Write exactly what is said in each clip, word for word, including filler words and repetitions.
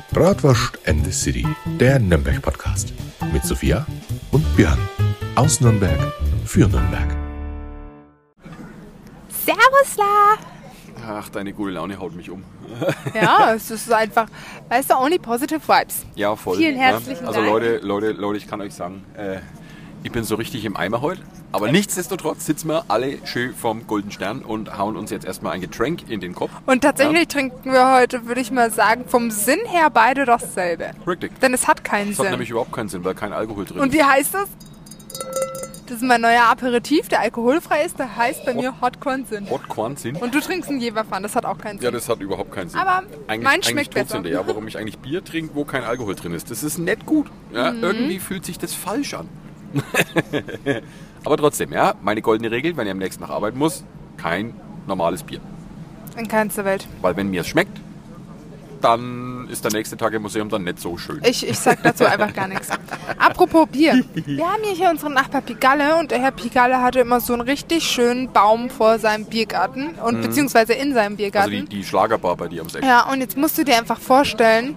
Bratwurst and the City, der Nürnberg-Podcast. Mit Sophia und Björn. Aus Nürnberg für Nürnberg. Servusla! Ach, deine gute Laune haut mich um. Ja, es ist einfach, weißt du, only positive vibes. Ja, voll. Vielen herzlichen ja. Also Dank. Leute, Leute, Leute, ich kann euch sagen, äh, ich bin so richtig im Eimer heute. Aber nichtsdestotrotz sitzen wir alle schön vom Golden Stern und hauen uns jetzt erstmal ein Getränk in den Kopf. Und tatsächlich ja. trinken wir heute, würde ich mal sagen, vom Sinn her beide dasselbe. Richtig. Denn es hat keinen Das Sinn. hat nämlich überhaupt keinen Sinn, weil kein Alkohol drin Und ist. wie heißt das? Das ist mein neuer Aperitif, der alkoholfrei ist. Der heißt bei Hot- mir Hot Corn Sinn. Hot Corn Sinn? Und du trinkst einen Jeverfahren, das hat auch keinen Sinn. Ja, das hat überhaupt keinen Sinn. Aber eigentlich, mein schmeckt eigentlich besser. Todsünde, ja, warum ich eigentlich Bier trinke, wo kein Alkohol drin ist. Das ist nicht gut. Ja, Mhm. Irgendwie fühlt sich das falsch an. Aber trotzdem, ja, meine goldene Regel, wenn ich am nächsten Tag arbeiten muss, kein normales Bier. In keinster Welt. Weil wenn mir es schmeckt, dann ist der nächste Tag im Museum dann nicht so schön. Ich, ich sag dazu einfach gar nichts. Apropos Bier. Wir haben hier, hier unseren Nachbar Pigalle und der Herr Pigalle hatte immer so einen richtig schönen Baum vor seinem Biergarten und beziehungsweise in seinem also Biergarten. die, die Schlagerbar bei dir ums Eck. Ja, und jetzt musst du dir einfach vorstellen,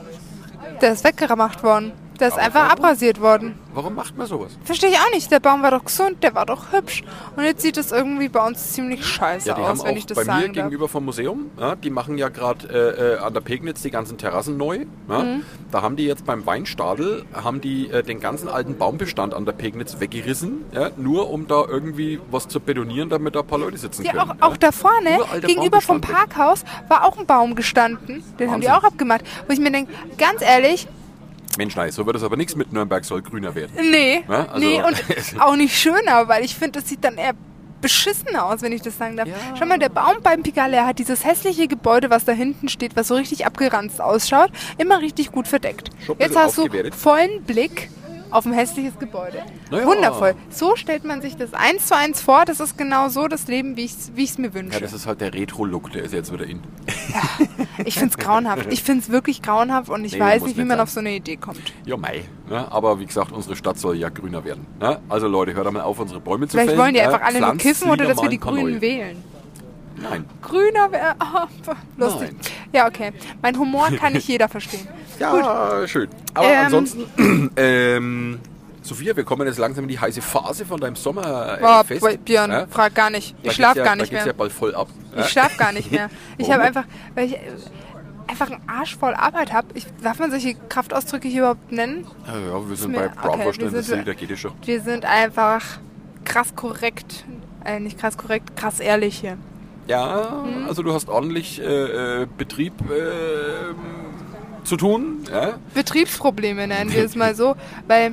der ist weggemacht worden. Der ist Aber einfach warum? abrasiert worden. Warum macht man sowas? Verstehe ich auch nicht. Der Baum war doch gesund, der war doch hübsch. Und jetzt sieht es irgendwie bei uns ziemlich scheiße Ja, die aus, haben wenn auch ich das bei sagen mir darf. gegenüber vom Museum, ja, die machen ja gerade äh, äh, an der Pegnitz die ganzen Terrassen neu. Ja. Mhm. Da haben die jetzt beim Weinstadel, haben die äh, den ganzen alten Baumbestand an der Pegnitz weggerissen, ja, nur um da irgendwie was zu betonieren, damit da ein paar Leute sitzen Ja, können. auch, auch da vorne, Uralter gegenüber vom Baumbestand. Parkhaus, war auch ein Baum gestanden. Den haben die Wahnsinn. auch abgemacht. Wo ich mir denke, ganz ehrlich, Mensch, nein, so wird es aber nichts mit Nürnberg soll grüner werden. nee, Ja, also- nee und auch nicht schöner, weil ich finde, das sieht dann eher beschissen aus, wenn ich das sagen darf. Ja. Schau mal, der Baum beim Pigalle hat dieses hässliche Gebäude, was da hinten steht, was so richtig abgeranzt ausschaut, immer richtig gut verdeckt. Schon ein Jetzt bisschen hast du aufgewertet. vollen Blick auf ein hässliches Gebäude. Na ja. Wundervoll. So stellt man sich das eins zu eins vor. Das ist genau so das Leben, wie ich es wie ich's mir wünsche. Ja, das ist halt der Retro-Look, der ist jetzt wieder in. Ich finde es grauenhaft. Ich finde es wirklich grauenhaft und ich Nee, weiß muss nicht, wie nicht man sein. auf so eine Idee kommt. Ja, mei. Ne? Aber wie gesagt, unsere Stadt soll ja grüner werden. Ne? Also Leute, hört einmal auf, unsere Bäume zu Vielleicht fällen. wollen die Ja, einfach alle nur pflanzt kiffen oder lieber dass mal wir die ein paar Grünen neue. wählen. Nein. Grüner wäre... Oh, lustig. Nein. Ja, okay. Mein Humor kann nicht jeder verstehen. Ja, schön. Aber Ähm. ansonsten, ähm, Sophia, wir kommen jetzt langsam in die heiße Phase von deinem Sommerfest. Boah, Äh, Boah, Björn, ja? frag gar nicht. Da Ich schlaf geht's ja, gar nicht da geht's mehr. ja bald voll ab. Ich schlaf gar nicht mehr. Ich Warum? habe einfach... Weil ich äh, einfach einen Arsch voll Arbeit habe. Darf man solche Kraftausdrücke hier überhaupt nennen? Ja, ja, wir sind mir- bei okay, Bratwurst wir und das sind- City, da geht es schon. Wir sind einfach krass korrekt. Äh, nicht krass korrekt, krass ehrlich hier. Ja, Hm. also du hast ordentlich äh, äh, Betrieb äh, zu tun. Ja? Betriebsprobleme nennen wir es mal so, weil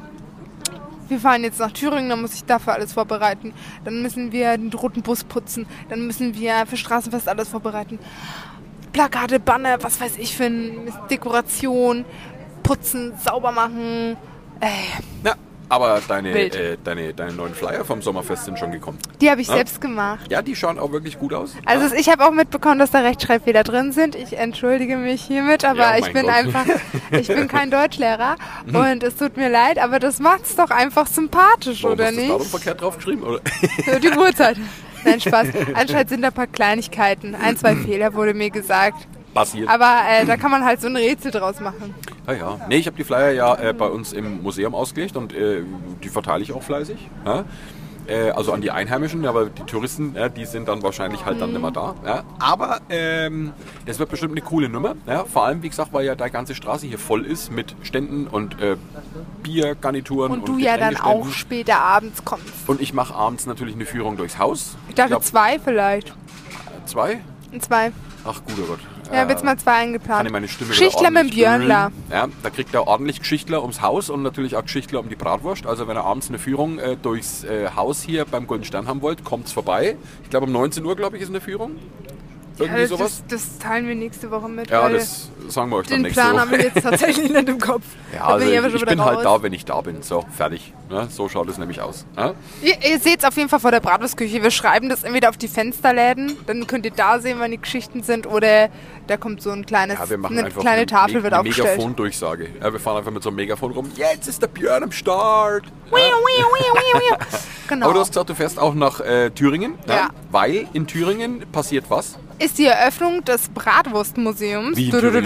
wir fahren jetzt nach Thüringen, dann muss ich dafür alles vorbereiten. Dann müssen wir den roten Bus putzen, dann müssen wir für Straßenfest alles vorbereiten. Plakate, Banner, was weiß ich für eine Dekoration, putzen, sauber machen. Ey, Ja, aber deine, Wild. äh, deine, deine neuen Flyer vom Sommerfest sind schon gekommen. die habe ich Ja? selbst gemacht. Ja, die schauen auch wirklich gut aus. Also ich habe auch mitbekommen, dass da Rechtschreibfehler drin sind. Ich entschuldige mich hiermit, aber Ja, ich mein bin Gott. einfach, ich bin kein Deutschlehrer und es tut mir leid, aber das macht's doch einfach sympathisch, Warum oder hast du das Datum nicht? verkehrt draufgeschrieben? Oder? Ja, die Uhrzeit. Nein, Spaß. Anscheinend sind da ein paar Kleinigkeiten. Ein, zwei Fehler wurde mir gesagt. Passiert. Aber äh, da kann man halt so ein Rätsel draus machen. Ja, ja. Nee, ich habe die Flyer ja äh, bei uns im Museum ausgelegt und äh, die verteile ich auch fleißig. Ja? Äh, also an die Einheimischen, aber die Touristen, ja, die sind dann wahrscheinlich halt dann nicht mehr da. Ja? Aber ähm, das wird bestimmt eine coole Nummer. Ja? Vor allem, wie gesagt, weil ja die ganze Straße hier voll ist mit Ständen und äh, Biergarnituren. Und und du ja dann Getränkeständen. auch später abends kommst. Und ich mache abends natürlich eine Führung durchs Haus. Ich dachte glaub, zwei vielleicht. Zwei? Zwei. Ach, guter Gott. Ich habe jetzt mal zwei Kann eingeplant. ich meine Stimme wieder Geschichtler mit dem ordentlich ölen. Björnler. Ja, da kriegt er ordentlich Geschichtler ums Haus und natürlich auch Geschichtler um die Bratwurst. Also wenn ihr abends eine Führung äh, durchs äh, Haus hier beim Golden Stern haben wollt, kommt's vorbei. Ich glaube um neunzehn Uhr, glaube ich, ist eine Führung. Irgendwie Ja, sowas. das, das teilen wir nächste Woche mit. Ja, weil das sagen wir euch dann den nächste Plan Woche. haben wir jetzt tatsächlich nicht im Kopf. Ja, Da also bin ich aber ich, schon ich wieder bin raus. halt da, wenn ich da bin. So, fertig. Ja, so schaut es nämlich aus. Ja? Ihr, ihr seht es auf jeden Fall vor der Bratwurstküche. Wir schreiben das entweder auf die Fensterläden, dann könnt ihr da sehen, wann die Geschichten sind, oder da kommt so ein kleines, Ja, wir machen eine einfach kleine eine, Tafel Me- wird eine aufgestellt. Megafon-Durchsage. Ja, wir fahren einfach mit so einem Megafon rum. Jetzt ist der Björn am Start. Wiu, wiu, wiu, wiu, wiu. Genau. Aber du hast gesagt, du fährst auch nach äh, Thüringen. Ja. Weil in Thüringen passiert was? Ist die Eröffnung des Bratwurstmuseums. Wie in Du, du, du, Thüringen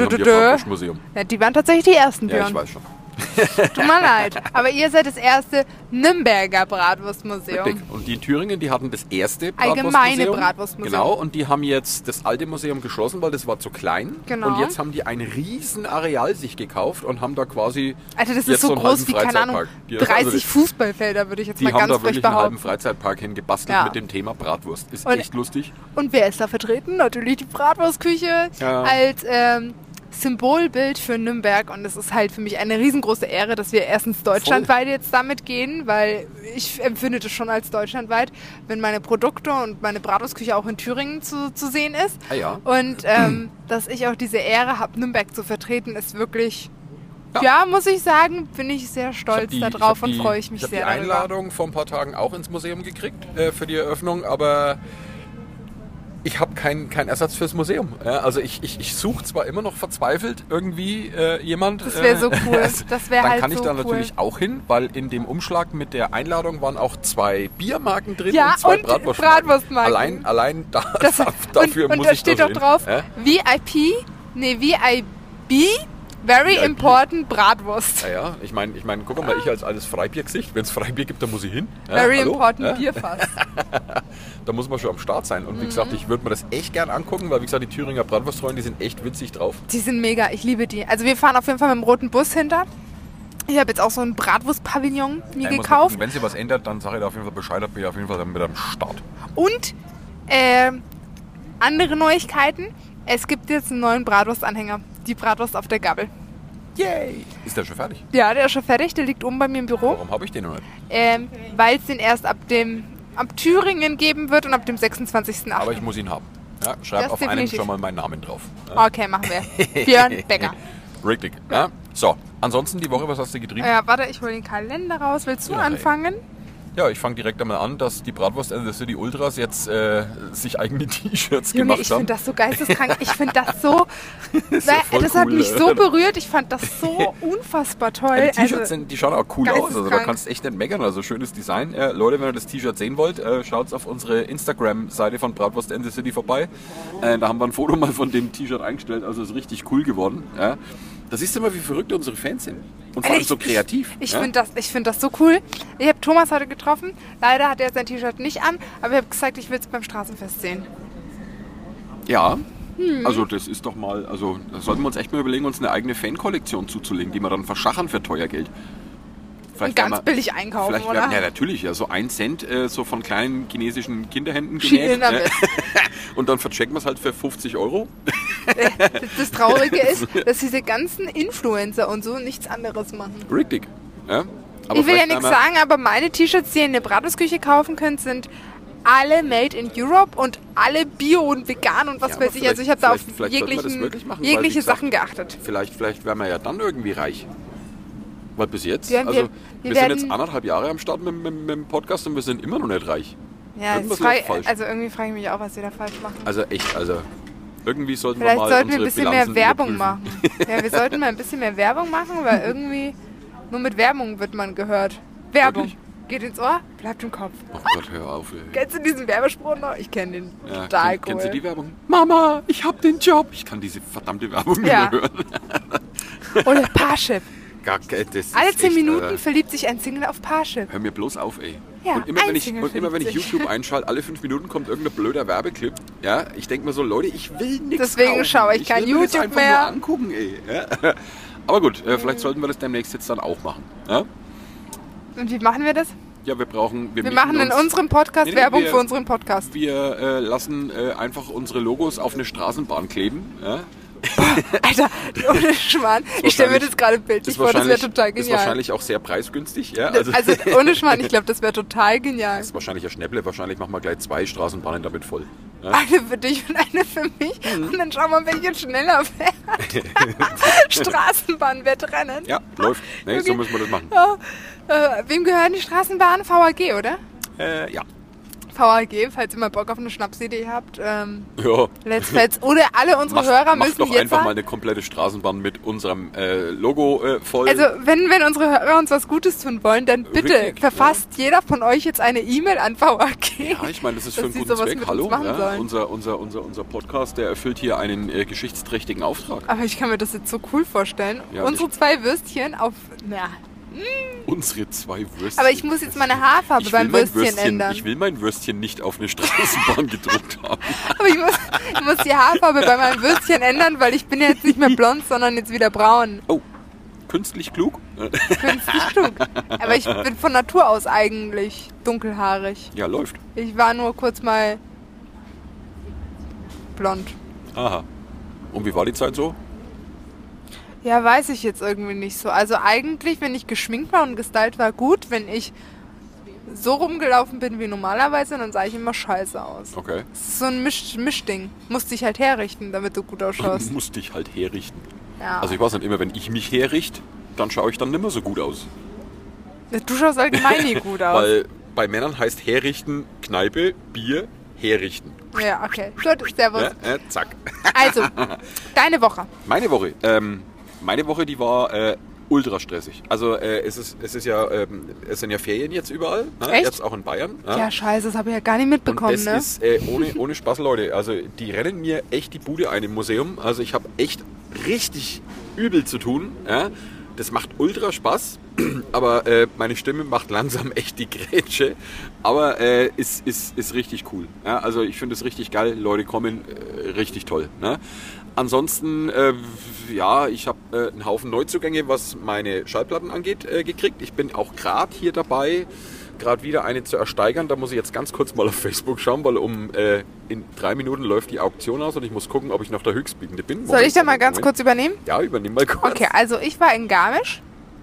haben wir Bratwurstmuseum. Ja, die waren tatsächlich die ersten, Björn. Ja, ich weiß schon. Tut mir leid. Aber ihr seid das erste Nürnberger Bratwurstmuseum. Richtig. Und die in Thüringen, die hatten das erste Bratwurstmuseum. Allgemeine Bratwurstmuseum. Genau, und die haben jetzt das alte Museum geschlossen, weil das war zu klein. Genau. Und jetzt haben die ein riesen Areal sich gekauft und haben da quasi Alter, das jetzt ist so einen groß wie, halben keine Ahnung, Freizeitpark. Die- dreißig also Fußballfelder, würde ich jetzt Die mal haben ganz da frech wirklich einen halben behaupten. Freizeitpark hingebastelt Ja. mit dem Thema Bratwurst. Ist Und- echt lustig. Und wer ist da vertreten? Natürlich die Bratwurstküche Ja. als ähm, Symbolbild für Nürnberg. Und es ist halt für mich eine riesengroße Ehre, dass wir erstens deutschlandweit jetzt damit gehen, weil ich empfinde das schon als deutschlandweit, wenn meine Produkte und meine Bratwurstküche auch in Thüringen zu, zu sehen ist. Ah ja. Und ähm, dass ich auch diese Ehre habe, Nürnberg zu vertreten, ist wirklich, ja, Ja. muss ich sagen, bin ich sehr Ich stolz hab die- darauf ich hab und die- freue ich mich ich hab sehr die darüber. Einladung vor ein paar Tagen auch ins Museum gekriegt äh, für die Eröffnung, aber ich habe keinen kein Ersatz fürs Museum. Ja, also ich, ich, ich suche zwar immer noch verzweifelt irgendwie äh, jemand. Das wäre so äh, cool. Das wäre Dann halt kann ich so da cool. natürlich auch hin, weil in dem Umschlag mit der Einladung waren auch zwei Biermarken drin Ja, und zwei und Bratwurstmarken. Bratwurstmarken. Allein, allein da, Das, dafür und, und muss da ich steht da doch hin. drauf, Ja? V I P, nee, V I B, Very V I P. Important Bratwurst. Ja, ja, ich meine, ich mein, guck mal, ich als altes Freibiergesicht, wenn es Freibier gibt, dann muss ich hin. Ja, Very hallo? Important Ja? Bierfass. Da muss man schon am Start sein. Und wie gesagt, ich würde mir das echt gern angucken, weil wie gesagt, die Thüringer Bratwurstfreunde, die sind echt witzig drauf. Die sind mega, ich liebe die. Also wir fahren auf jeden Fall mit dem roten Bus hinter. Ich habe jetzt auch so einen Bratwurstpavillon mir gekauft. Wenn sich was ändert, dann sage ich da auf jeden Fall Bescheid, da bin ich auf jeden Fall dann mit am Start. Und äh, andere Neuigkeiten. Es gibt jetzt einen neuen Bratwurstanhänger. Die Bratwurst auf der Gabel. Yay! Ist der schon fertig? Ja, der ist schon fertig. Der liegt oben bei mir im Büro. Warum habe ich den noch nicht? Ähm, weil es den erst ab dem ab Thüringen geben wird und ab dem sechsundzwanzigsten Aber achten ich muss ihn haben. Ja, schreib Das auf einem definitiv. schon mal meinen Namen drauf. Ja. Okay, machen wir. Björn Becker. Richtig. Ja. So, ansonsten die Woche, was hast du getrieben? Ja, warte, ich hole den Kalender raus. Willst du Ja, ey. anfangen? Ja, ich fange direkt einmal an, dass die Bratwurst and the City Ultras jetzt äh, sich eigene T-Shirts Junge, gemacht ich haben. finde das so geisteskrank. Ich finde das so. Das ist ja weil, voll das hat cool, mich ja. so berührt. Ich fand das so unfassbar toll. Ja, die T-Shirts Also, sind, die schauen auch cool aus, also da geisteskrank. kannst du echt nicht meckern, also schönes Design. Äh, Leute, wenn ihr das T-Shirt sehen wollt, äh, schaut auf unsere Instagram-Seite von Bratwurst and the City vorbei. Äh, da haben wir ein Foto mal von dem T-Shirt eingestellt, also ist richtig cool geworden. Ja. Da siehst du mal, wie verrückt unsere Fans sind und vor allem ich- so kreativ. Ich, ich ja. finde das, ich find das so cool. Ich habe Thomas heute getroffen. Leider hat er sein T-Shirt nicht an, aber ich habe gesagt, ich will es beim Straßenfest sehen. Ja, Hm. also das ist doch mal, also da sollten wir uns echt mal überlegen, uns eine eigene Fan-Kollektion zuzulegen, die wir dann verschachern für teuer Geld. Und ganz werden wir- billig einkaufen, Vielleicht oder? werden, ja, natürlich, ja, so ein Cent äh, so von kleinen chinesischen Kinderhänden Shein genäht. damit. Äh, und dann verchecken wir es halt für fünfzig Euro. Das, das Traurige ist, dass diese ganzen Influencer und so nichts anderes machen. Richtig. Ja? Aber Ich will ja vielleicht nichts werden wir- sagen, aber meine T-Shirts, die ihr in der Bratwurstküche kaufen könnt, sind alle made in Europe und alle bio und vegan und was Ja, aber weiß ich. Also ich habe da auf vielleicht- vielleicht sollten wir das jeglichen, wirklich machen, weil, jegliche wie gesagt, Sachen geachtet. Vielleicht, vielleicht werden wir ja dann irgendwie reich. Weil bis jetzt, Ja, wir- also wir wir, werden- sind jetzt anderthalb Jahre am Start mit, mit, mit dem Podcast und wir sind immer noch nicht reich. Ja, Irgendwas das frage, läuft falsch. also irgendwie frage ich mich auch, was wir da falsch machen. Also echt, also irgendwie sollten Vielleicht wir mal sollten wir ein unsere bisschen mehr Bilanzen Werbung überprüfen. machen. Ja, wir sollten mal ein bisschen mehr Werbung machen, weil irgendwie nur mit Werbung wird man gehört. Werbung. Wirklich? Geht ins Ohr, bleibt im Kopf. Oh Gott, hör auf. Ey. Kennst du diesen Werbespruch noch? Ich kenne den Ja, total kenn, cool. Kennst du die Werbung? Mama, ich hab den Job. Ich kann diese verdammte Werbung nicht Ja. mehr hören. Oder Parship. Gar, ke- das Alle ist zehn echt, Minuten äh, verliebt sich ein Single auf Parship. Hör mir bloß auf, ey. Ja, und immer, ein wenn ich, Single und immer wenn ich verliebt sich. YouTube einschalte, alle fünf Minuten kommt irgendein blöder Werbeclip. Ja, ich denke mir so, Leute, ich will nichts Deswegen kaufen. schaue ich kein will mir das YouTube einfach mehr. Nur angucken, ey. Ja. Aber gut, äh, vielleicht sollten wir das demnächst jetzt dann auch machen. Ja, Und wie machen wir das? ja wir brauchen... Wir mischen machen in uns- unserem Podcast Nee, nee, Werbung wir- für unseren Podcast. Wir äh, lassen äh, einfach unsere Logos auf eine Straßenbahn kleben. Ja? Alter, ohne Schmarrn. Ich stelle mir das gerade bildlich ist vor, das wäre wahrscheinlich- total Ist genial. wahrscheinlich auch sehr preisgünstig. Ja? Also, also ohne Schmarrn, ich glaube, das wäre total genial. Das ist wahrscheinlich ein Schnäpple. Wahrscheinlich machen wir gleich zwei Straßenbahnen damit voll. Ja? Eine für dich und eine für mich. Mhm. Und dann schauen wir, welche schneller fährt. Straßenbahnwettrennen. Ja, läuft. Nee, so Okay. müssen wir das machen. Ja. Äh, wem gehören die Straßenbahnen? V A G, oder? Äh, ja. V A G, falls ihr mal Bock auf eine Schnapsidee habt. Ähm, Ja. Let's Fets. Oder alle unsere Mach, Hörer mach müssen doch jetzt einfach sagen, mal eine komplette Straßenbahn mit unserem äh, Logo äh, voll. also wenn, wenn unsere Hörer uns was Gutes tun wollen, dann bitte Richtig, verfasst jeder von euch jetzt eine E-Mail an V A G. ja, ich meine, das ist für dass einen sie guten sowas Zweck. mit Hallo, uns machen ja, sollen. unser, unser, unser, unser Podcast, der erfüllt hier einen äh, geschichtsträchtigen Auftrag. Aber ich kann mir das jetzt so cool vorstellen. Ja, unsere ich- zwei Würstchen auf... Na, Unsere zwei Würstchen. aber ich muss jetzt meine Haarfarbe Ich will beim mein Würstchen, ändern. Ich will mein Würstchen nicht auf eine Straßenbahn gedruckt haben. Aber ich muss, ich muss die Haarfarbe bei meinem Würstchen ändern, weil ich bin jetzt nicht mehr blond, sondern jetzt wieder braun. Oh, künstlich klug? Künstlich klug. Aber ich bin von Natur aus eigentlich dunkelhaarig. Ja, läuft. Ich war nur kurz mal blond. Aha. Und wie war die Zeit so? Ja, weiß ich jetzt irgendwie nicht so. Also eigentlich, wenn ich geschminkt war und gestylt war, gut. Wenn ich so rumgelaufen bin wie normalerweise, dann sah ich immer scheiße aus. Okay. Das ist so ein Misch Mischding. Musste ich halt herrichten, damit du gut ausschaust. Musste ich halt herrichten. Ja. Also ich weiß nicht, immer wenn ich mich herrichte, dann schaue ich dann nicht mehr so gut aus. Du schaust allgemein nie gut aus. Weil bei Männern heißt herrichten Kneipe, Bier, herrichten. Ja, okay. Gut, servus. Ja, äh, zack. Also, deine Woche. Meine Woche. Ähm, meine Woche, die war äh, ultra stressig. Also äh, es ist es ist ja ähm, es sind ja Ferien jetzt überall, ne? Echt? Jetzt auch in Bayern. Ne? Ja, scheiße, das habe ich ja gar nicht mitbekommen, Und es ne? ist äh, ohne, ohne Spaß, Leute. Also die rennen mir echt die Bude ein im Museum. Also ich habe echt richtig übel zu tun. Ja? Das macht ultra Spaß, aber äh, meine Stimme macht langsam echt die Grätsche. Aber äh, ist, ist, ist richtig cool. Ja? Also ich finde es richtig geil. Leute kommen, äh, richtig toll. Ne? Ansonsten, äh, ja, ich habe äh, einen Haufen Neuzugänge, was meine Schallplatten angeht, äh, gekriegt. Ich bin auch gerade hier dabei, gerade wieder eine zu ersteigern. Da muss ich jetzt ganz kurz mal auf Facebook schauen, weil um äh, in drei Minuten läuft die Auktion aus und ich muss gucken, ob ich noch der Höchstbietende bin. Soll ich da mal ganz Moment. kurz übernehmen? Ja, übernimm mal kurz. Okay, also ich war in Garmisch.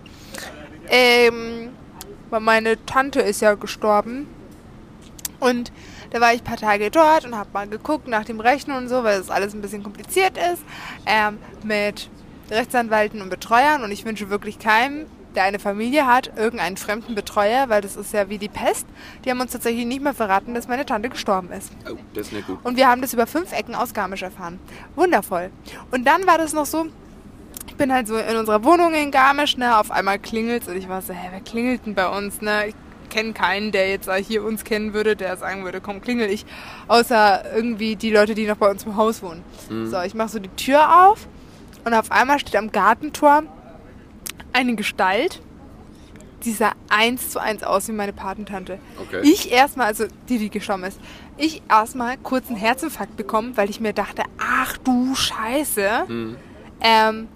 Ähm, weil meine Tante ist ja gestorben. Und da war ich ein paar Tage dort und habe mal geguckt nach dem Rechnen und so, weil das alles ein bisschen kompliziert ist. Ähm, mit Rechtsanwälten und Betreuern. Und ich wünsche wirklich keinem, der eine Familie hat, irgendeinen fremden Betreuer, weil das ist ja wie die Pest. Die haben uns tatsächlich nicht mehr verraten, dass meine Tante gestorben ist. Oh, das ist nicht gut. Und wir haben das über fünf Ecken aus Garmisch erfahren. Wundervoll. Und dann war das noch so, ich bin halt so in unserer Wohnung in Garmisch, ne, auf einmal klingelt's und ich war so, hä, wer klingelt denn bei uns, ne? Ich kenne keinen, der jetzt hier uns kennen würde, der sagen würde, komm, klingel ich. Außer irgendwie die Leute, die noch bei uns im Haus wohnen. Mhm. So, ich mache so die Tür auf und auf einmal steht am Gartentor eine Gestalt, die sah eins zu eins aus wie meine Patentante. Okay. Ich erstmal, also die, die gestorben ist, ich erstmal kurz einen Herzinfarkt bekommen, weil ich mir dachte, ach du Scheiße, Mhm. ähm,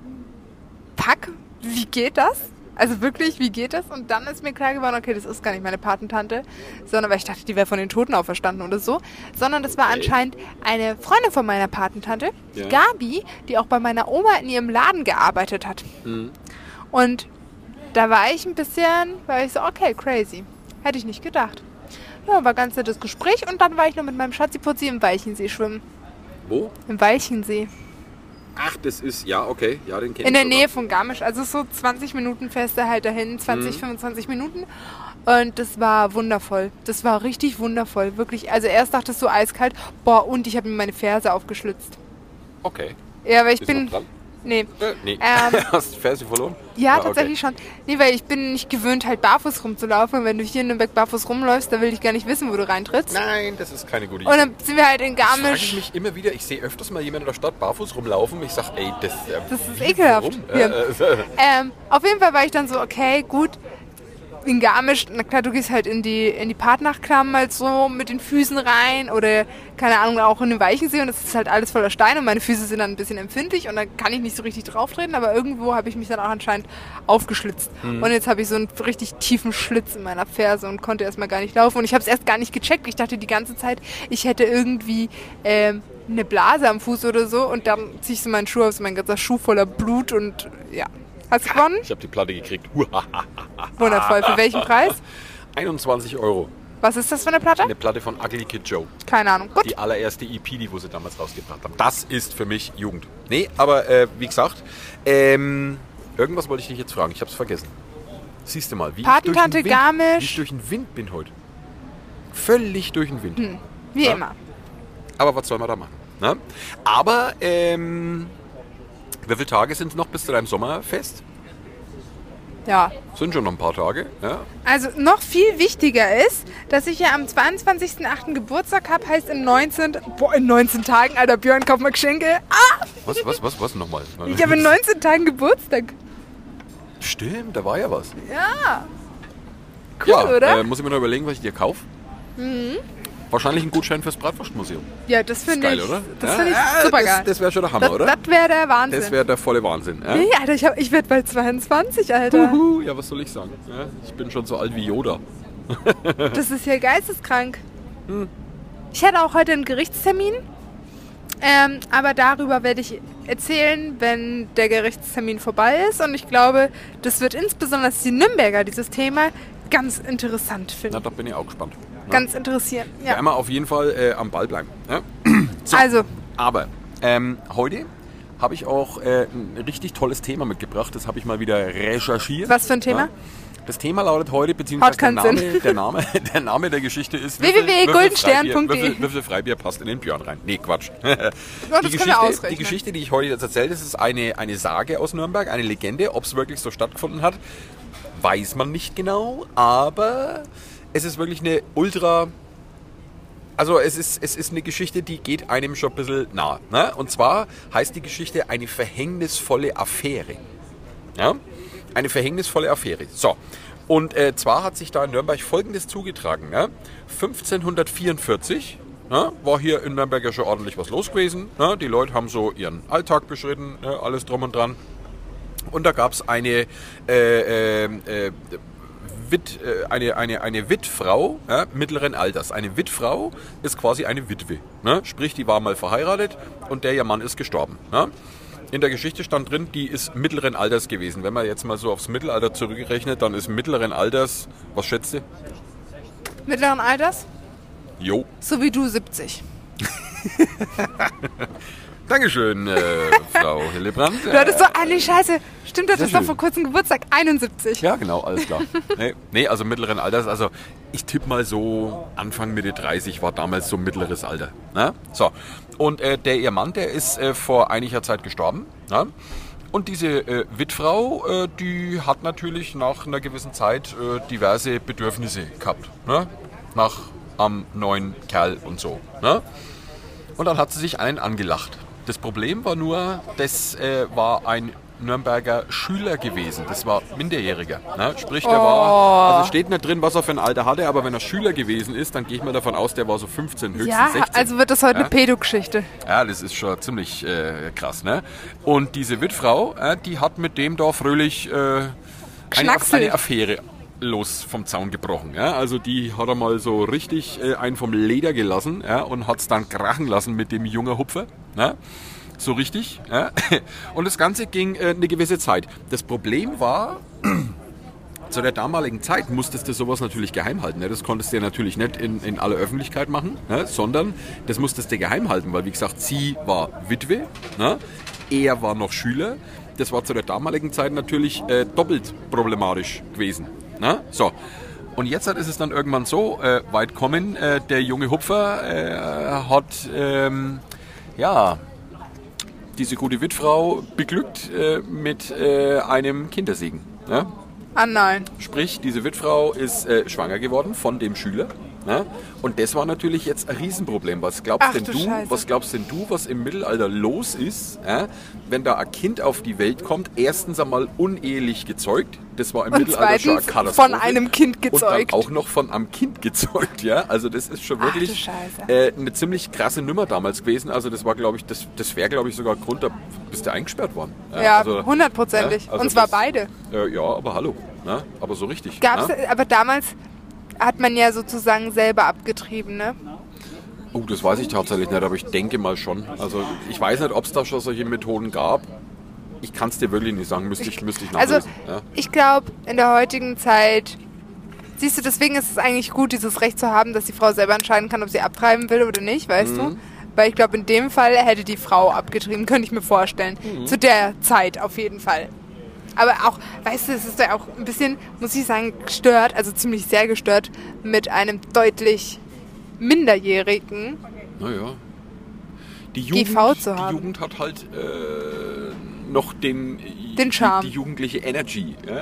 Pack, wie geht das? Also wirklich, wie geht das? Und dann ist mir klar geworden, okay, das ist gar nicht meine Patentante, sondern weil ich dachte, die wäre von den Toten auferstanden oder so, sondern das war Okay. anscheinend eine Freundin von meiner Patentante, die Ja. Gabi, die auch bei meiner Oma in ihrem Laden gearbeitet hat. Mhm. Und da war ich ein bisschen, war ich so, okay, crazy. Hätte ich nicht gedacht. Ja, war ganz nettes Gespräch und dann war ich noch mit meinem Schatziputzi im Weichensee schwimmen. Wo? Im Weichensee. Ach, das ist, ja, okay. Ja, den kenn In ich der sogar. Nähe von Garmisch. Also so zwanzig Minuten fährst du halt dahin, zwanzig, Mhm. fünfundzwanzig Minuten. Und das war wundervoll. Das war richtig wundervoll. Wirklich. Also erst dachtest du eiskalt, boah, und ich habe mir meine Ferse aufgeschlitzt. Okay. Ja, weil ich Ist bin... noch dran? Nee. Äh, nee. Ähm, Hast du Ferse verloren? Ja, Ah, okay. tatsächlich schon. Nee, weil ich bin nicht gewöhnt, halt barfuß rumzulaufen. Und wenn du hier in Nürnberg barfuß rumläufst, dann will ich gar nicht wissen, wo du reintrittst. Nein, das ist keine gute Idee. Und dann sind wir halt in Das frage ich Garmisch. mich immer wieder. Ich sehe öfters mal jemanden in der Stadt barfuß rumlaufen. Ich sag, ey, das, äh, Das ist wie, ekelhaft. warum? Ja. Äh, äh, Ähm, auf jeden Fall war ich dann so, okay, gut. In Garmisch, na klar, du gehst halt in die, in die Partnachklamm halt so mit den Füßen rein oder, keine Ahnung, auch in den Weichensee und das ist halt alles voller Steine und meine Füße sind dann ein bisschen empfindlich und dann kann ich nicht so richtig drauftreten, aber irgendwo habe ich mich dann auch anscheinend aufgeschlitzt. Mhm. Und jetzt habe ich so einen richtig tiefen Schlitz in meiner Ferse und konnte erstmal gar nicht laufen und ich habe es erst gar nicht gecheckt. Ich dachte die ganze Zeit, ich hätte irgendwie ähm, eine Blase am Fuß oder so und dann ziehe ich so meinen Schuh aus, mein ganzer Schuh voller Blut und ja. Hast du gewonnen? ich habe die Platte gekriegt. Wundervoll. Für welchen Preis? einundzwanzig Euro. Was ist das für eine Platte? Eine Platte von Ugly Kid Joe. Keine Ahnung. Gut. Die allererste E P, die wo sie damals rausgebracht haben. Das ist für mich Jugend. Nee, aber äh, wie gesagt, ähm, irgendwas wollte ich dich jetzt fragen. Ich habe es vergessen. Siehst du mal, wie Patentante ich, durch den Wind, Garmisch. wie ich durch den Wind bin heute. Völlig durch den Wind. Hm. Wie Ja. immer. Aber was soll man da machen? Ne? Aber, ähm, wie viele Tage sind es noch bis zu deinem Sommerfest? Ja. Sind schon noch ein paar Tage. Ja. Also noch viel wichtiger ist, dass ich ja am zweiundzwanzigsten achten Geburtstag habe, heißt in neunzehn, boah, in neunzehn Tagen, Alter, Björn, kauf mal Geschenke. Ah! Was, was, was, was nochmal? Ich habe in neunzehn Tagen Geburtstag. Stimmt, da war ja was. Ja. Cool, ja, oder? Äh, muss ich mir noch überlegen, was ich dir kaufe. Mhm. Wahrscheinlich ein Gutschein fürs Bratwurstmuseum. Ja, das finde Geil, ich, oder? das Ja, finde ich ja, super das, geil. Das wäre schon der Hammer, Das, oder? das wäre der Wahnsinn. Das wäre der volle Wahnsinn. Ja? Nee, Alter, ich, hab, ich werde bald zweiundzwanzig, Alter. Uhu, ja, was soll ich sagen? Ja, ich bin schon so alt wie Yoda. Das ist ja geisteskrank. Ich hatte auch heute einen Gerichtstermin, ähm, aber darüber werde ich erzählen, wenn der Gerichtstermin vorbei ist. Und ich glaube, das wird insbesondere die Nürnberger dieses Thema ganz interessant Na, finden. da bin ich auch gespannt. Ja. Ganz interessieren. Ja. Ja. Immer auf jeden Fall äh, am Ball bleiben. Ja? So, Also, aber ähm, heute habe ich auch äh, ein richtig tolles Thema mitgebracht. Das habe ich mal wieder recherchiert. was für ein Thema? Ja? Das Thema lautet heute, beziehungsweise Hat der keinen Name, Sinn. der, Name, der Name der Geschichte ist w w w punkt goldenstern punkt de. Wie viel, wie viel Freibier passt in den Björn rein? Nee, Quatsch. Oh, das die, können Geschichte, wir ausrechnen. die Geschichte, die ich heute jetzt erzähle, das ist eine, eine Sage aus Nürnberg, eine Legende. Ob es wirklich so stattgefunden hat, weiß man nicht genau. Aber es ist wirklich eine ultra... Also es ist, es ist eine Geschichte, die geht einem schon ein bisschen nah. Ne? Und zwar heißt die Geschichte eine verhängnisvolle Affäre. Ja? Eine verhängnisvolle Affäre. So. Und äh, zwar hat sich da in Nürnberg Folgendes zugetragen. Ne? fünfzehnhundertvierundvierzig ne? War hier in Nürnberg ja schon ordentlich was los gewesen. Ne? Die Leute haben so ihren Alltag beschritten, ne? Alles drum und dran. Und da gab es eine... Äh, äh, äh, Witt, äh, eine, eine, eine Wittfrau ja, mittleren Alters. Eine Wittfrau ist quasi eine Witwe. Ne? Sprich, die war mal verheiratet und der ihr Mann ist gestorben. Ne? In der Geschichte stand drin, die ist mittleren Alters gewesen. Wenn man jetzt mal so aufs Mittelalter zurückrechnet, dann ist mittleren Alters, was schätzt du? Mittleren Alters? Jo. So wie du, siebzig. Dankeschön, äh, Frau Hillebrand. Du hattest so, ah nee, scheiße. Stimmt, du hattest Sehr doch schön. vor kurzem Geburtstag, einundsiebzig. Ja, genau, alles klar. Nee, nee, also mittleren Alters, also ich tippe mal so Anfang, Mitte dreißig war damals so mittleres Alter. Ne? So, und äh, der ihr Mann, der ist äh, vor einiger Zeit gestorben. Ne? Und diese äh, Witfrau, äh, die hat natürlich nach einer gewissen Zeit äh, diverse Bedürfnisse gehabt. Ne? Nach am neuen Kerl und so. Ne? Und dann hat sie sich einen angelacht. Das Problem war nur, das äh, war ein Nürnberger Schüler gewesen. Das war Minderjähriger. Ne? Sprich, der Oh. war, also steht nicht drin, was er für ein Alter hatte, aber wenn er Schüler gewesen ist, dann gehe ich mal davon aus, der war so fünfzehn, höchstens Ja, sechzehn. also wird das heute Ja? eine Pädogeschichte. Ja, das ist schon ziemlich äh, krass, ne? Und diese Witfrau, äh, die hat mit dem da fröhlich äh, eine, Geschnackselt. eine Affäre los vom Zaun gebrochen. Ja? Also die hat er mal so richtig äh, einen vom Leder gelassen, ja? Und hat es dann krachen lassen mit dem jungen Hupfer. Ja? So richtig. Ja? Und das Ganze ging äh, eine gewisse Zeit. Das Problem war... Zu der damaligen Zeit musstest du sowas natürlich geheim halten. Ne? Das konntest du ja natürlich nicht in, in aller Öffentlichkeit machen, ne? Sondern das musstest du geheim halten, weil wie gesagt, sie war Witwe, ne? Er war noch Schüler. Das war zu der damaligen Zeit natürlich äh, doppelt problematisch gewesen. Ne? So. Und jetzt ist es dann irgendwann so äh, weit kommen, äh, der junge Hupfer äh, hat ähm, ja, diese gute Witfrau beglückt äh, mit äh, einem Kindersegen. Ne? Ah nein. Sprich, diese Witfrau ist äh, schwanger geworden von dem Schüler. Ne? Und das war natürlich jetzt ein Riesenproblem. Was glaubst Ach, denn du du, Scheiße. was glaubst denn du, was im Mittelalter los ist, äh, wenn da ein Kind auf die Welt kommt, erstens einmal unehelich gezeugt, das war im Und Mittelalter schon eine zweitens Katastrophe. von einem Kind Und gezeugt. dann auch noch von einem Kind gezeugt, ja. Also das ist schon Ach, du wirklich Scheiße. äh, eine ziemlich krasse Nummer damals gewesen. Also das war, glaube ich, das, das wäre, glaube ich, sogar Grund, da bist du eingesperrt worden. Ja, also, hundertprozentig. ja, also Und zwar das- beide. Äh, ja, aber hallo. Ne? Aber so richtig. Gab's, ne? aber damals hat man ja sozusagen selber abgetrieben, ne? Oh, das weiß ich tatsächlich nicht, aber ich denke mal schon. Also ich weiß nicht, ob es da schon solche Methoden gab. Ich kann es dir wirklich nicht sagen, müsste ich, müsste ich nachlesen. Also ja. ich glaube, in der heutigen Zeit, siehst du, deswegen ist es eigentlich gut, dieses Recht zu haben, dass die Frau selber entscheiden kann, ob sie abtreiben will oder nicht, weißt Mhm. du? Weil ich glaube, in dem Fall hätte die Frau abgetrieben, könnte ich mir vorstellen. Mhm. Zu der Zeit auf jeden Fall. Aber auch, weißt du, es ist ja auch ein bisschen, muss ich sagen, gestört, also ziemlich sehr gestört, mit einem deutlich Minderjährigen Naja. Die G Jugend, V zu die haben. Jugend hat halt äh, noch den, Den Charme. Die, die jugendliche Energy. Ja?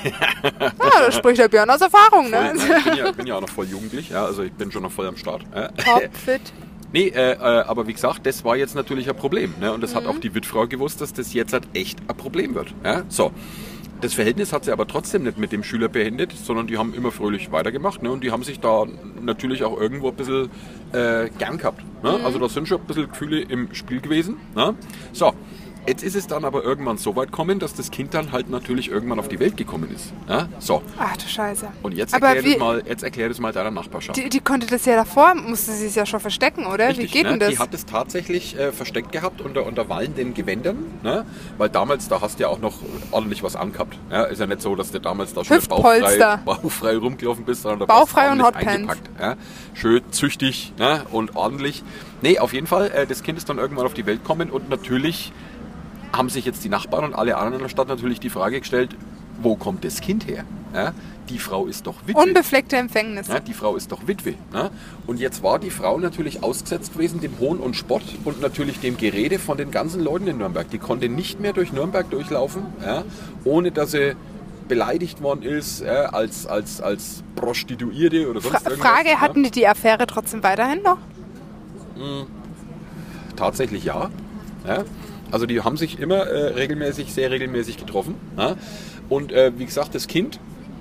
Ja, das spricht der Björn aus Erfahrung, Voll, ne? ne? Ich bin ja, bin ja auch noch voll jugendlich, ja? Also ich bin schon noch voll am Start. Ja? Topfit. Nee, äh, äh, aber wie gesagt, das war jetzt natürlich ein Problem. Ne? Und das mhm. hat auch die Witfrau gewusst, dass das jetzt halt echt ein Problem wird. Ja? So. Das Verhältnis hat sie aber trotzdem nicht mit dem Schüler beendet, sondern die haben immer fröhlich weitergemacht. Ne? Und die haben sich da natürlich auch irgendwo ein bisschen äh, gern gehabt. Ne? Mhm. Also da sind schon ein bisschen Gefühle im Spiel gewesen. Ne? So, jetzt ist es dann aber irgendwann so weit gekommen, dass das Kind dann halt natürlich irgendwann auf die Welt gekommen ist. Ne? So. Ach du Scheiße. Und jetzt aber erklär, wie, das mal, jetzt erklär das mal deiner Nachbarschaft. Die, die konnte das ja davor, musste sie es ja schon verstecken, oder? Richtig, wie geht ne? denn das? Die hat es tatsächlich äh, versteckt gehabt unter, unter wallenden Gewändern, ne? Weil damals, da hast du ja auch noch ordentlich was angehabt. Ja? Ist ja nicht so, dass du damals da schön bauchfrei, bauchfrei rumgelaufen bist, sondern da bauchfrei und ordentlich Hotpants. eingepackt. Ja? Schön züchtig, ne? Und ordentlich. Nee, auf jeden Fall, äh, das Kind ist dann irgendwann auf die Welt gekommen und natürlich haben sich jetzt die Nachbarn und alle anderen in der Stadt natürlich die Frage gestellt, wo kommt das Kind her? Ja? Die Frau ist doch Witwe. Unbefleckte Empfängnis. Ja, die Frau ist doch Witwe. Ne? Und jetzt war die Frau natürlich ausgesetzt gewesen dem Hohn und Spott und natürlich dem Gerede von den ganzen Leuten in Nürnberg. Die konnte nicht mehr durch Nürnberg durchlaufen, ja, ohne dass sie beleidigt worden ist, ja, als, als, als Prostituierte oder sonst Fra- irgendwas. Frage, ja. hatten die die Affäre trotzdem weiterhin noch? Mhm. Tatsächlich ja. ja. Also die haben sich immer äh, regelmäßig, sehr regelmäßig getroffen. Ja? Und äh, wie gesagt, das Kind,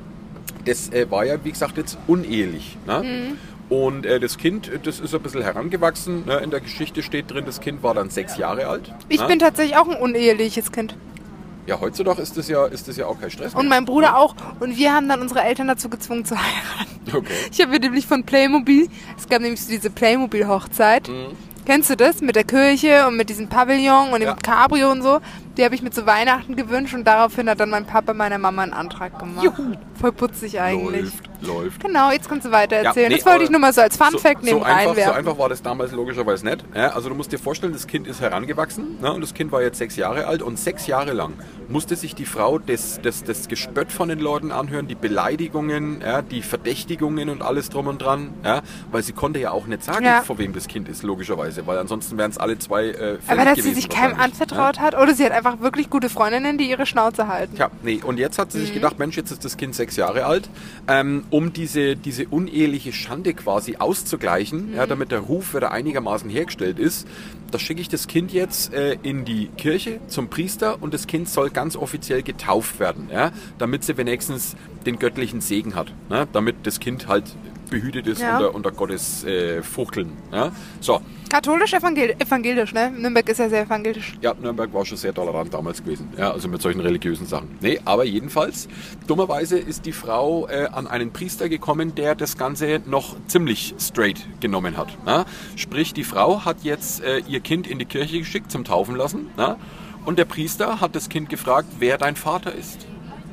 das äh, war ja, wie gesagt, jetzt unehelich. Ne? Mhm. Und äh, das Kind, das ist ein bisschen herangewachsen. Ne? In der Geschichte steht drin, das Kind war dann sechs Jahre alt. Ich ne? bin tatsächlich auch ein uneheliches Kind. Ja, heutzutage ist das ja, ist das ja auch kein Stress mehr. Und mein Bruder ja? auch. Und wir haben dann unsere Eltern dazu gezwungen zu heiraten. Okay. Ich habe mir nämlich von Playmobil, es gab nämlich so diese Playmobil-Hochzeit. Mhm. Kennst du das? Mit der Kirche und mit diesem Pavillon und dem ja. Cabrio und so. Die habe ich mir zu Weihnachten gewünscht und daraufhin hat dann mein Papa meiner Mama einen Antrag gemacht. Juhu. Voll putzig eigentlich. Läuft, läuft. Genau, jetzt kannst du weiter erzählen. Ja, nee, das wollte ich nur mal so als Fun-Fact so, neben so einfach, reinwerfen. So einfach war das damals logischerweise nicht. Ja, also du musst dir vorstellen, das Kind ist herangewachsen, ne, und das Kind war jetzt sechs Jahre alt und sechs Jahre lang musste sich die Frau das, das, das Gespött von den Leuten anhören, die Beleidigungen, ja, die Verdächtigungen und alles drum und dran, ja, weil sie konnte ja auch nicht sagen, ja. vor wem das Kind ist, logischerweise, weil ansonsten wären es alle zwei äh, Aber dass gewesen, sie sich keinem anvertraut ja. hat oder sie hat einfach wirklich gute Freundinnen, die ihre Schnauze halten. Ja, nee, und jetzt hat sie mhm. sich gedacht, Mensch, jetzt ist das Kind sechs Jahre alt, ähm, um diese, diese uneheliche Schande quasi auszugleichen, mhm. ja, damit der Ruf wieder einigermaßen hergestellt ist, da schicke ich das Kind jetzt äh, in die Kirche zum Priester und das Kind soll ganz offiziell getauft werden, ja, damit sie wenigstens den göttlichen Segen hat, ne, damit das Kind halt behütet ist ja. unter, unter Gottes äh, Fuchteln. Ja. So. Katholisch, evangel- evangelisch, ne? Nürnberg ist ja sehr evangelisch. Ja, Nürnberg war schon sehr tolerant damals gewesen, ja, also mit solchen religiösen Sachen. Nee, aber jedenfalls, dummerweise ist die Frau äh, an einen Priester gekommen, der das Ganze noch ziemlich straight genommen hat. Ja. Sprich, die Frau hat jetzt äh, ihr Kind in die Kirche geschickt zum Taufen lassen, ja, und der Priester hat das Kind gefragt, wer dein Vater ist.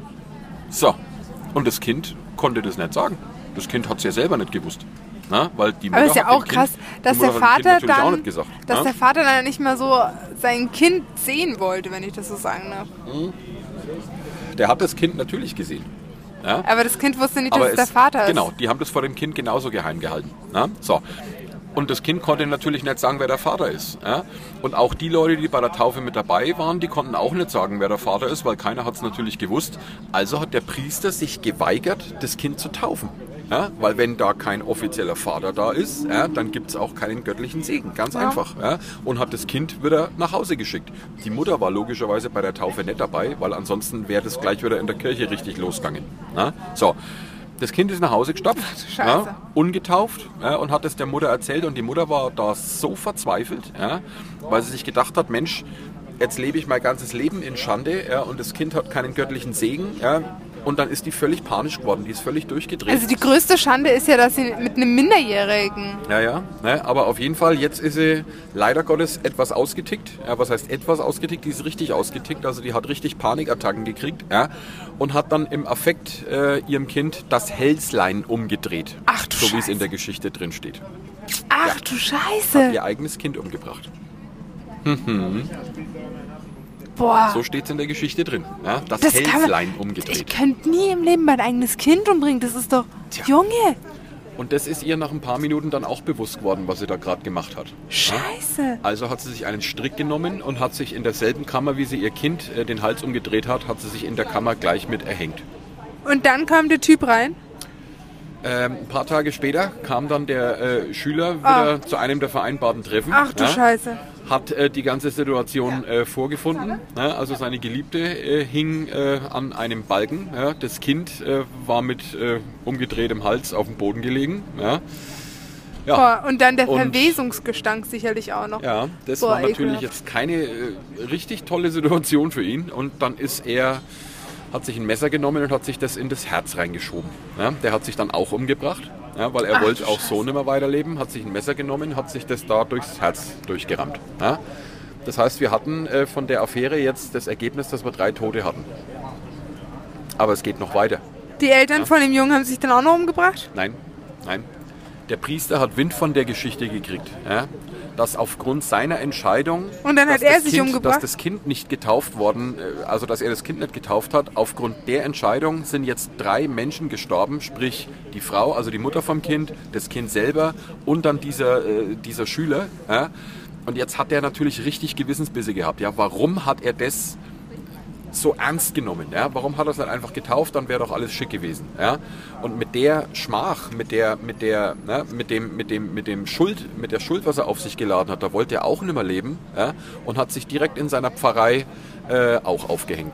So, und das Kind konnte das nicht sagen. Das Kind hat es ja selber nicht gewusst. Na, weil die Mutter aber ist ja auch kind, krass, dass der Vater dann, gesagt, dass na? der Vater dann nicht mehr so sein Kind sehen wollte, wenn ich das so sagen darf. Der hat das Kind natürlich gesehen. Ja? Aber das Kind wusste nicht, aber dass es der Vater ist. Genau, die haben das vor dem Kind genauso geheim gehalten. Na? So. Und das Kind konnte natürlich nicht sagen, wer der Vater ist. Ja? Und auch die Leute, die bei der Taufe mit dabei waren, die konnten auch nicht sagen, wer der Vater ist, weil keiner hat es natürlich gewusst. Also hat der Priester sich geweigert, das Kind zu taufen. Ja? Weil wenn da kein offizieller Vater da ist, ja, dann gibt es auch keinen göttlichen Segen. Ganz ja. einfach. Ja? Und hat das Kind wieder nach Hause geschickt. Die Mutter war logischerweise bei der Taufe nicht dabei, weil ansonsten wäre das gleich wieder in der Kirche richtig losgegangen. Ja? So. Das Kind ist nach Hause gestapft, ja, ungetauft, ja, und hat es der Mutter erzählt und die Mutter war da so verzweifelt, ja, weil sie sich gedacht hat, Mensch, jetzt lebe ich mein ganzes Leben in Schande, ja, und das Kind hat keinen göttlichen Segen, ja, und dann ist die völlig panisch geworden, die ist völlig durchgedreht. Also die größte Schande ist ja, dass sie mit einem Minderjährigen... Ja, ja, ne, aber auf jeden Fall, jetzt ist sie leider Gottes etwas ausgetickt. Ja, was heißt etwas ausgetickt? Die ist richtig ausgetickt, also die hat richtig Panikattacken gekriegt, ja, und hat dann im Affekt äh, ihrem Kind das Hälslein umgedreht. Ach du So Scheiße. wie es in der Geschichte drin steht. Ach ja. du Scheiße. Hat ihr eigenes Kind umgebracht. Mhm. Boah. So steht es in der Geschichte drin. Ja, das, das Hälslein umgedreht. Ich könnte nie im Leben mein eigenes Kind umbringen. Das ist doch... Tja. Junge! Und das ist ihr nach ein paar Minuten dann auch bewusst geworden, was sie da gerade gemacht hat. Scheiße. Ja? Also hat sie sich einen Strick genommen und hat sich in derselben Kammer, wie sie ihr Kind äh, den Hals umgedreht hat, hat sie sich in der Kammer gleich mit erhängt. Und dann kam der Typ rein? Ähm, ein paar Tage später kam dann der äh, Schüler wieder Ah. zu einem der vereinbarten Treffen. Ach du ja, Scheiße. Hat äh, die ganze Situation äh, vorgefunden. Ja, also seine Geliebte äh, hing äh, an einem Balken. Ja, das Kind äh, war mit äh, umgedrehtem Hals auf dem Boden gelegen. Ja, ja. Boah, und dann der Und- Verwesungsgestank sicherlich auch noch. Ja, das Boah, war natürlich ekelhaft. jetzt keine äh, richtig tolle Situation für ihn. Und dann ist er, hat sich ein Messer genommen und hat sich das in das Herz reingeschoben. Ja, der hat sich dann auch umgebracht, ja, weil er Ach, wollte du auch so nicht mehr weiterleben, hat sich ein Messer genommen, hat sich das da durchs Herz durchgerammt. Ja. Das heißt, wir hatten äh, von der Affäre jetzt das Ergebnis, dass wir drei Tote hatten. Aber es geht noch weiter. Die Eltern von dem Jungen haben sich dann auch noch umgebracht? Nein, nein. Der Priester hat Wind von der Geschichte gekriegt, ja, dass aufgrund seiner Entscheidung, Und dann dass hat er das sich kind, umgebracht? dass das Kind nicht getauft worden, äh, also dass er das Kind nicht getauft hat, aufgrund der Entscheidung sind jetzt drei Menschen gestorben, sprich die Frau, also die Mutter vom Kind, das Kind selber und dann dieser, äh, dieser Schüler. Ja. Und jetzt hat er natürlich richtig Gewissensbisse gehabt. Ja, warum hat er das so ernst genommen? Ja? Warum hat er es nicht einfach getauft? Dann wäre doch alles schick gewesen. Ja? Und mit der Schmach, mit der, mit der, ne, mit dem, mit dem, mit dem Schuld, mit der Schuld, was er auf sich geladen hat, da wollte er auch nicht mehr leben, ja? Und hat sich direkt in seiner Pfarrei äh, auch aufgehängt.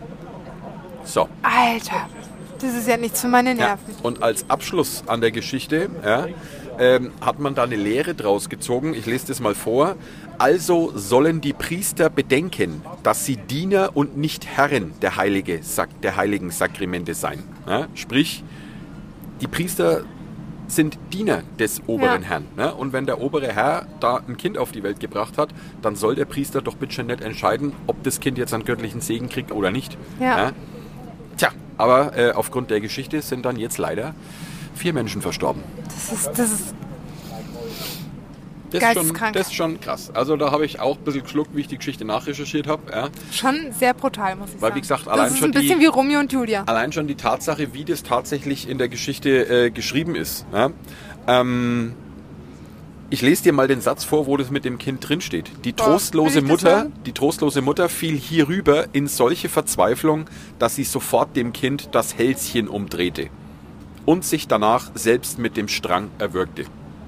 So. Alter, das ist ja nichts für meine Ja. Nerven. Und als Abschluss an der Geschichte ja, ähm, hat man da eine Lehre draus gezogen. Ich lese das mal vor. Also sollen die Priester bedenken, dass sie Diener und nicht Herren der, Heilige, der heiligen Sakramente seien. Ja, sprich, die Priester sind Diener des oberen Ja. Herrn. Ne? Und wenn der obere Herr da ein Kind auf die Welt gebracht hat, dann soll der Priester doch bitte nicht entscheiden, ob das Kind jetzt einen göttlichen Segen kriegt oder nicht. Ja. Tja, aber äh, aufgrund der Geschichte sind dann jetzt leider vier Menschen verstorben. Das ist, das ist Das ist, schon, Geisteskrank. das ist schon krass. Also da habe ich auch ein bisschen geschluckt, wie ich die Geschichte nachrecherchiert habe. Ja. schon sehr brutal, muss ich Weil, sagen. wie gesagt, allein das ist schon ein bisschen die- wie Romeo und Julia. Allein schon die Tatsache, wie das tatsächlich in der Geschichte äh, geschrieben ist. Ja. Ähm, ich lese dir mal den Satz vor, wo das mit dem Kind drinsteht. Die Boah, trostlose will ich das Mutter, hören? die trostlose Mutter fiel hierüber in solche Verzweiflung, dass sie sofort dem Kind das Hälschen umdrehte und sich danach selbst mit dem Strang erwürgte.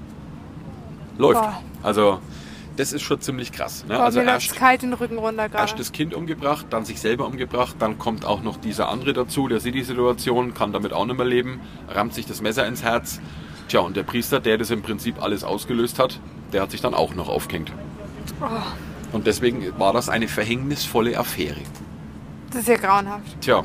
Läuft. Boah. Also das ist schon ziemlich krass. Ne? Boah, Also mir läuft erst, kalt den Rücken runter erst gerade. das Kind umgebracht, dann sich selber umgebracht, dann kommt auch noch dieser andere dazu, der sieht die Situation, kann damit auch nicht mehr leben, rammt sich das Messer ins Herz. Tja, und der Priester, der das im Prinzip alles ausgelöst hat, der hat sich dann auch noch aufgehängt. Oh, Und deswegen war das eine verhängnisvolle Affäre. das ist ja grauenhaft. Tja,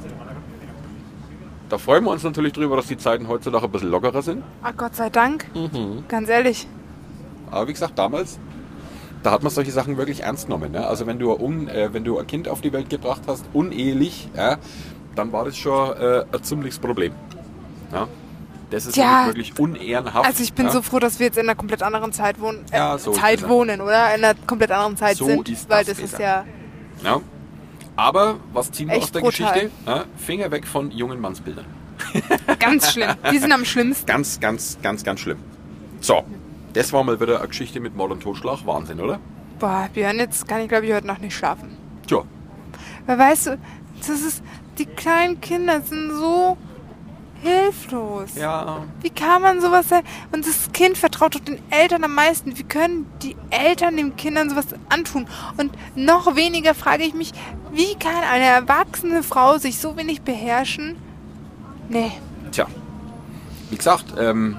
da freuen wir uns natürlich drüber, dass die Zeiten heutzutage ein bisschen lockerer sind. Ach Gott sei Dank. Mhm. Ganz ehrlich. Aber wie gesagt, damals, da hat man solche Sachen wirklich ernst genommen. Ne? Also wenn du, un, äh, wenn du ein Kind auf die Welt gebracht hast, unehelich, ja, dann war das schon äh, ein ziemliches Problem. Ja? Das ist Tja, wirklich unehrenhaft. Also ich bin ja? so froh, dass wir jetzt in einer komplett anderen Zeit wohnen. Äh, Ja, so ist Zeit es. wohnen, oder? In einer komplett anderen Zeit So sind. ist weil das das ist besser. ja... Ja. Aber was ziehen wir Echt aus der brutal. Geschichte? Ja? Finger weg von jungen Mannsbildern. Ganz schlimm. Die sind am schlimmsten. Ganz, ganz, ganz, ganz schlimm. So, das war mal wieder eine Geschichte mit Mord und Totschlag. Wahnsinn, oder? Boah, Björn, jetzt kann ich glaube ich heute Nacht nicht schlafen. Tja, Weil weißt du, das ist... Die kleinen Kinder sind so hilflos. ja, Wie kann man sowas sein? Und das Kind vertraut doch den Eltern am meisten. Wie können die Eltern den Kindern sowas antun? Und noch weniger frage ich mich, wie kann eine erwachsene Frau sich so wenig beherrschen? Nee. tja. Wie gesagt, ähm,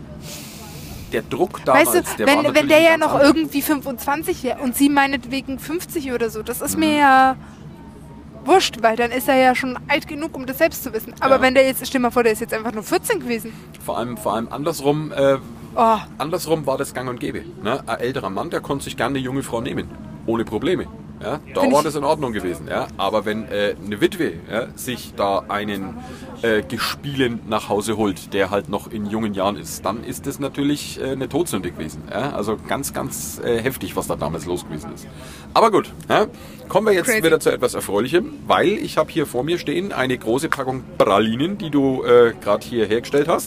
der Druck damals, Weißt du, der war wenn, wenn natürlich der ein ja ganz noch anderer. irgendwie fünfundzwanzig wäre und sie meinetwegen fünfzig oder so, das ist Mhm. mir ja wurscht, weil dann ist er ja schon alt genug, um das selbst zu wissen. Aber Ja. wenn der jetzt, stell mal vor, der ist jetzt einfach nur vierzehn gewesen. Vor allem, vor allem andersrum, äh, Oh, andersrum war das gang und gäbe. Ne? Ein älterer Mann, der konnte sich gerne eine junge Frau nehmen. Ohne Probleme. Ja? Da Find war ich- das in Ordnung gewesen. Ja? Aber wenn äh, eine Witwe ja, sich da einen äh, Gespielen nach Hause holt, der halt noch in jungen Jahren ist, dann ist das natürlich äh, eine Todsünde gewesen. Ja? Also ganz, ganz äh, heftig, was da damals los gewesen ist. Aber gut, ja? Kommen wir jetzt Crazy. wieder zu etwas Erfreulichem, weil ich habe hier vor mir stehen eine große Packung Pralinen, die du äh, gerade hier hergestellt hast.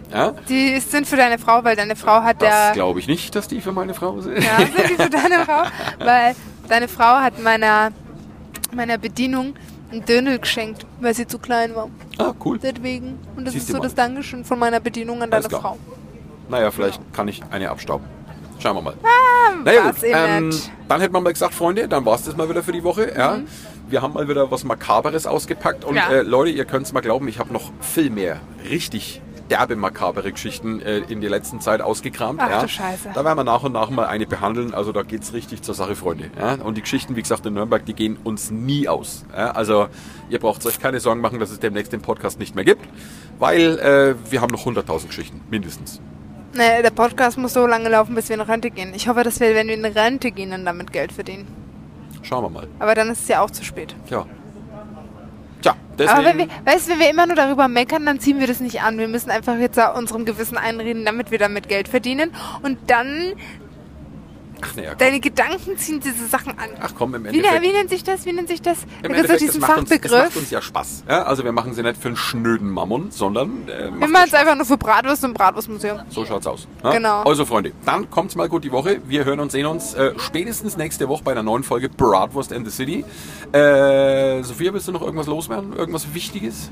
Ja? Die sind für deine Frau, weil deine Frau hat Das ja... glaube ich nicht, dass die für meine Frau sind. Ja, sind die für deine Frau? Weil deine Frau hat meiner, meiner Bedienung einen Döner geschenkt, weil sie zu klein war. Ah, cool. Deswegen. Und das Siehst ist du so mal. das Dankeschön von meiner Bedienung an Alles deine klar. Frau. Naja, vielleicht kann ich eine abstauben. Schauen wir mal. Ah, naja, war's gut. eh Ähm, nicht. dann hätten wir mal gesagt, Freunde, dann war es das mal wieder für die Woche. Ja. Wir haben mal wieder was Makaberes ausgepackt. Und Ja. äh, Leute, ihr könnt es mal glauben, ich habe noch viel mehr richtig derbe makabere Geschichten äh, in der letzten Zeit ausgekramt. Ach ja. du Scheiße. Da werden wir nach und nach mal eine behandeln. Also da geht es richtig zur Sache, Freunde. Ja. Und die Geschichten, wie gesagt, in Nürnberg, die gehen uns nie aus. Ja. Also ihr braucht euch keine Sorgen machen, dass es demnächst den Podcast nicht mehr gibt. Weil äh, wir haben noch hunderttausend Geschichten, mindestens. Nee, der Podcast muss so lange laufen, bis wir in Rente gehen. Ich hoffe, dass wir, wenn wir in Rente gehen, dann damit Geld verdienen. Schauen wir mal. Aber dann ist es ja auch zu spät. Tja. Tja, deswegen... Aber wenn wir, weißt du, wenn wir immer nur darüber meckern, dann ziehen wir das nicht an. Wir müssen einfach jetzt da unserem Gewissen einreden, damit wir damit Geld verdienen. Und dann, Ach, nee, ja, komm. deine Gedanken ziehen diese Sachen an. Ach komm, im Wie, Endeffekt... wie nennt sich das? Wie nennt sich das? Da Im gibt es doch Endeffekt, diesen es macht uns, es macht Fachbegriff. uns ja Spaß. Ja? Also wir machen sie nicht für einen schnöden Mammon, sondern äh, Wir macht machen uns es Spaß. einfach nur für Bratwurst und Bratwurstmuseum. So schaut's aus. Ja? Genau. Also Freunde, dann kommt's mal gut die Woche. Wir hören und sehen uns äh, spätestens nächste Woche bei einer neuen Folge Bratwurst and the City. Äh, Sophia, willst du noch irgendwas loswerden? Irgendwas Wichtiges?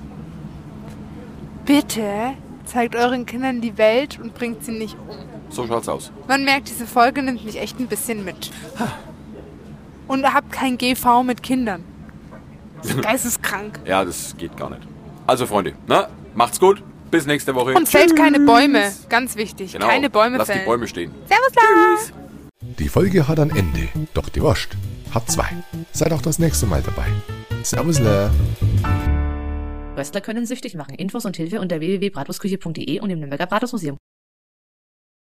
Bitte zeigt euren Kindern die Welt und bringt sie nicht um. So schaut's aus. Man merkt, diese Folge nimmt mich echt ein bisschen mit. Und habt kein G V mit Kindern. Das ist geisteskrank. Ja, das geht gar nicht. Also Freunde, na, macht's gut. Bis nächste Woche. Und fällt keine Bäume. Ganz wichtig. Genau. Keine Bäume Lasst fällen. die Bäume stehen. Servus, Tschüss. Die Folge hat ein Ende, doch die Wurst hat zwei. Seid auch das nächste Mal dabei. Servus, Lä. Röstler können süchtig machen. Infos und Hilfe unter w w w punkt bratwurstküche punkt d e und im Nürnberger Bratwurstmuseum.